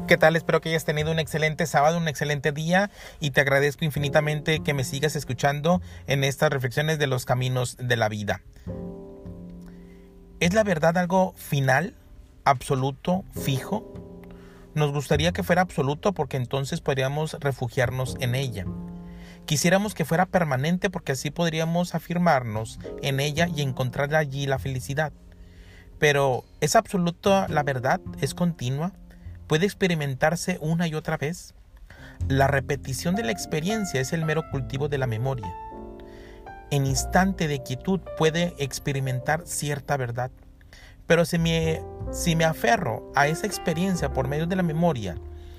¿Qué tal? Espero que hayas tenido un excelente sábado, un excelente día y te agradezco infinitamente que me sigas escuchando en estas reflexiones de los caminos de la vida. ¿Es la verdad algo final, absoluto, fijo? Nos gustaría que fuera absoluto porque entonces podríamos refugiarnos en ella. Quisiéramos que fuera permanente porque así podríamos afirmarnos en ella y encontrar allí la felicidad. Pero ¿es absoluta la verdad? ¿Es continua? ¿Puede experimentarse una y otra vez? La repetición de la experiencia es el mero cultivo de la memoria. En instante de quietud puede experimentar cierta verdad. Pero si me aferro a esa experiencia por medio de la memoria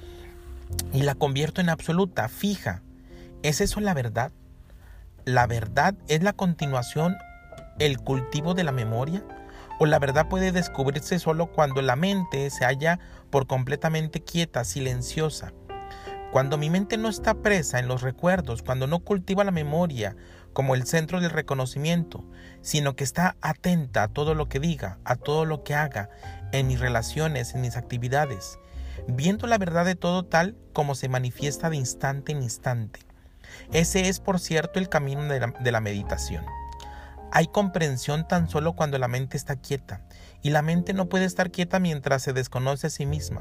y la convierto en absoluta, fija, ¿es eso la verdad? ¿La verdad es la continuación, el cultivo de la memoria? ¿O la verdad puede descubrirse solo cuando la mente se halla por completamente quieta, silenciosa? Cuando mi mente no está presa en los recuerdos, cuando no cultiva la memoria como el centro del reconocimiento, sino que está atenta a todo lo que diga, a todo lo que haga, en mis relaciones, en mis actividades, viendo la verdad de todo tal como se manifiesta de instante en instante. Ese es, por cierto, el camino de la meditación. Hay comprensión tan solo cuando la mente está quieta, y la mente no puede estar quieta mientras se desconoce a sí misma.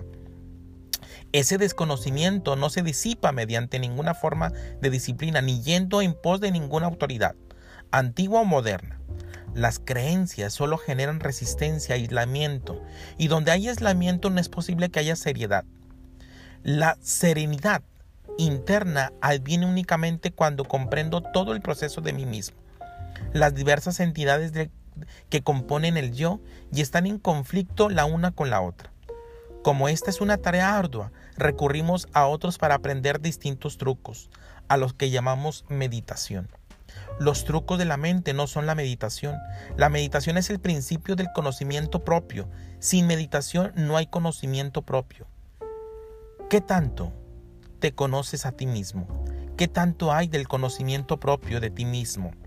Ese desconocimiento no se disipa mediante ninguna forma de disciplina, ni yendo en pos de ninguna autoridad, antigua o moderna. Las creencias solo generan resistencia, aislamiento, y donde hay aislamiento no es posible que haya seriedad. La serenidad interna adviene únicamente cuando comprendo todo el proceso de mí mismo, las diversas entidades que componen el yo y están en conflicto la una con la otra. Como esta es una tarea ardua, recurrimos a otros para aprender distintos trucos, a los que llamamos meditación. Los trucos de la mente no son la meditación. La meditación es el principio del conocimiento propio. Sin meditación no hay conocimiento propio. ¿Qué tanto te conoces a ti mismo? ¿Qué tanto hay del conocimiento propio de ti mismo?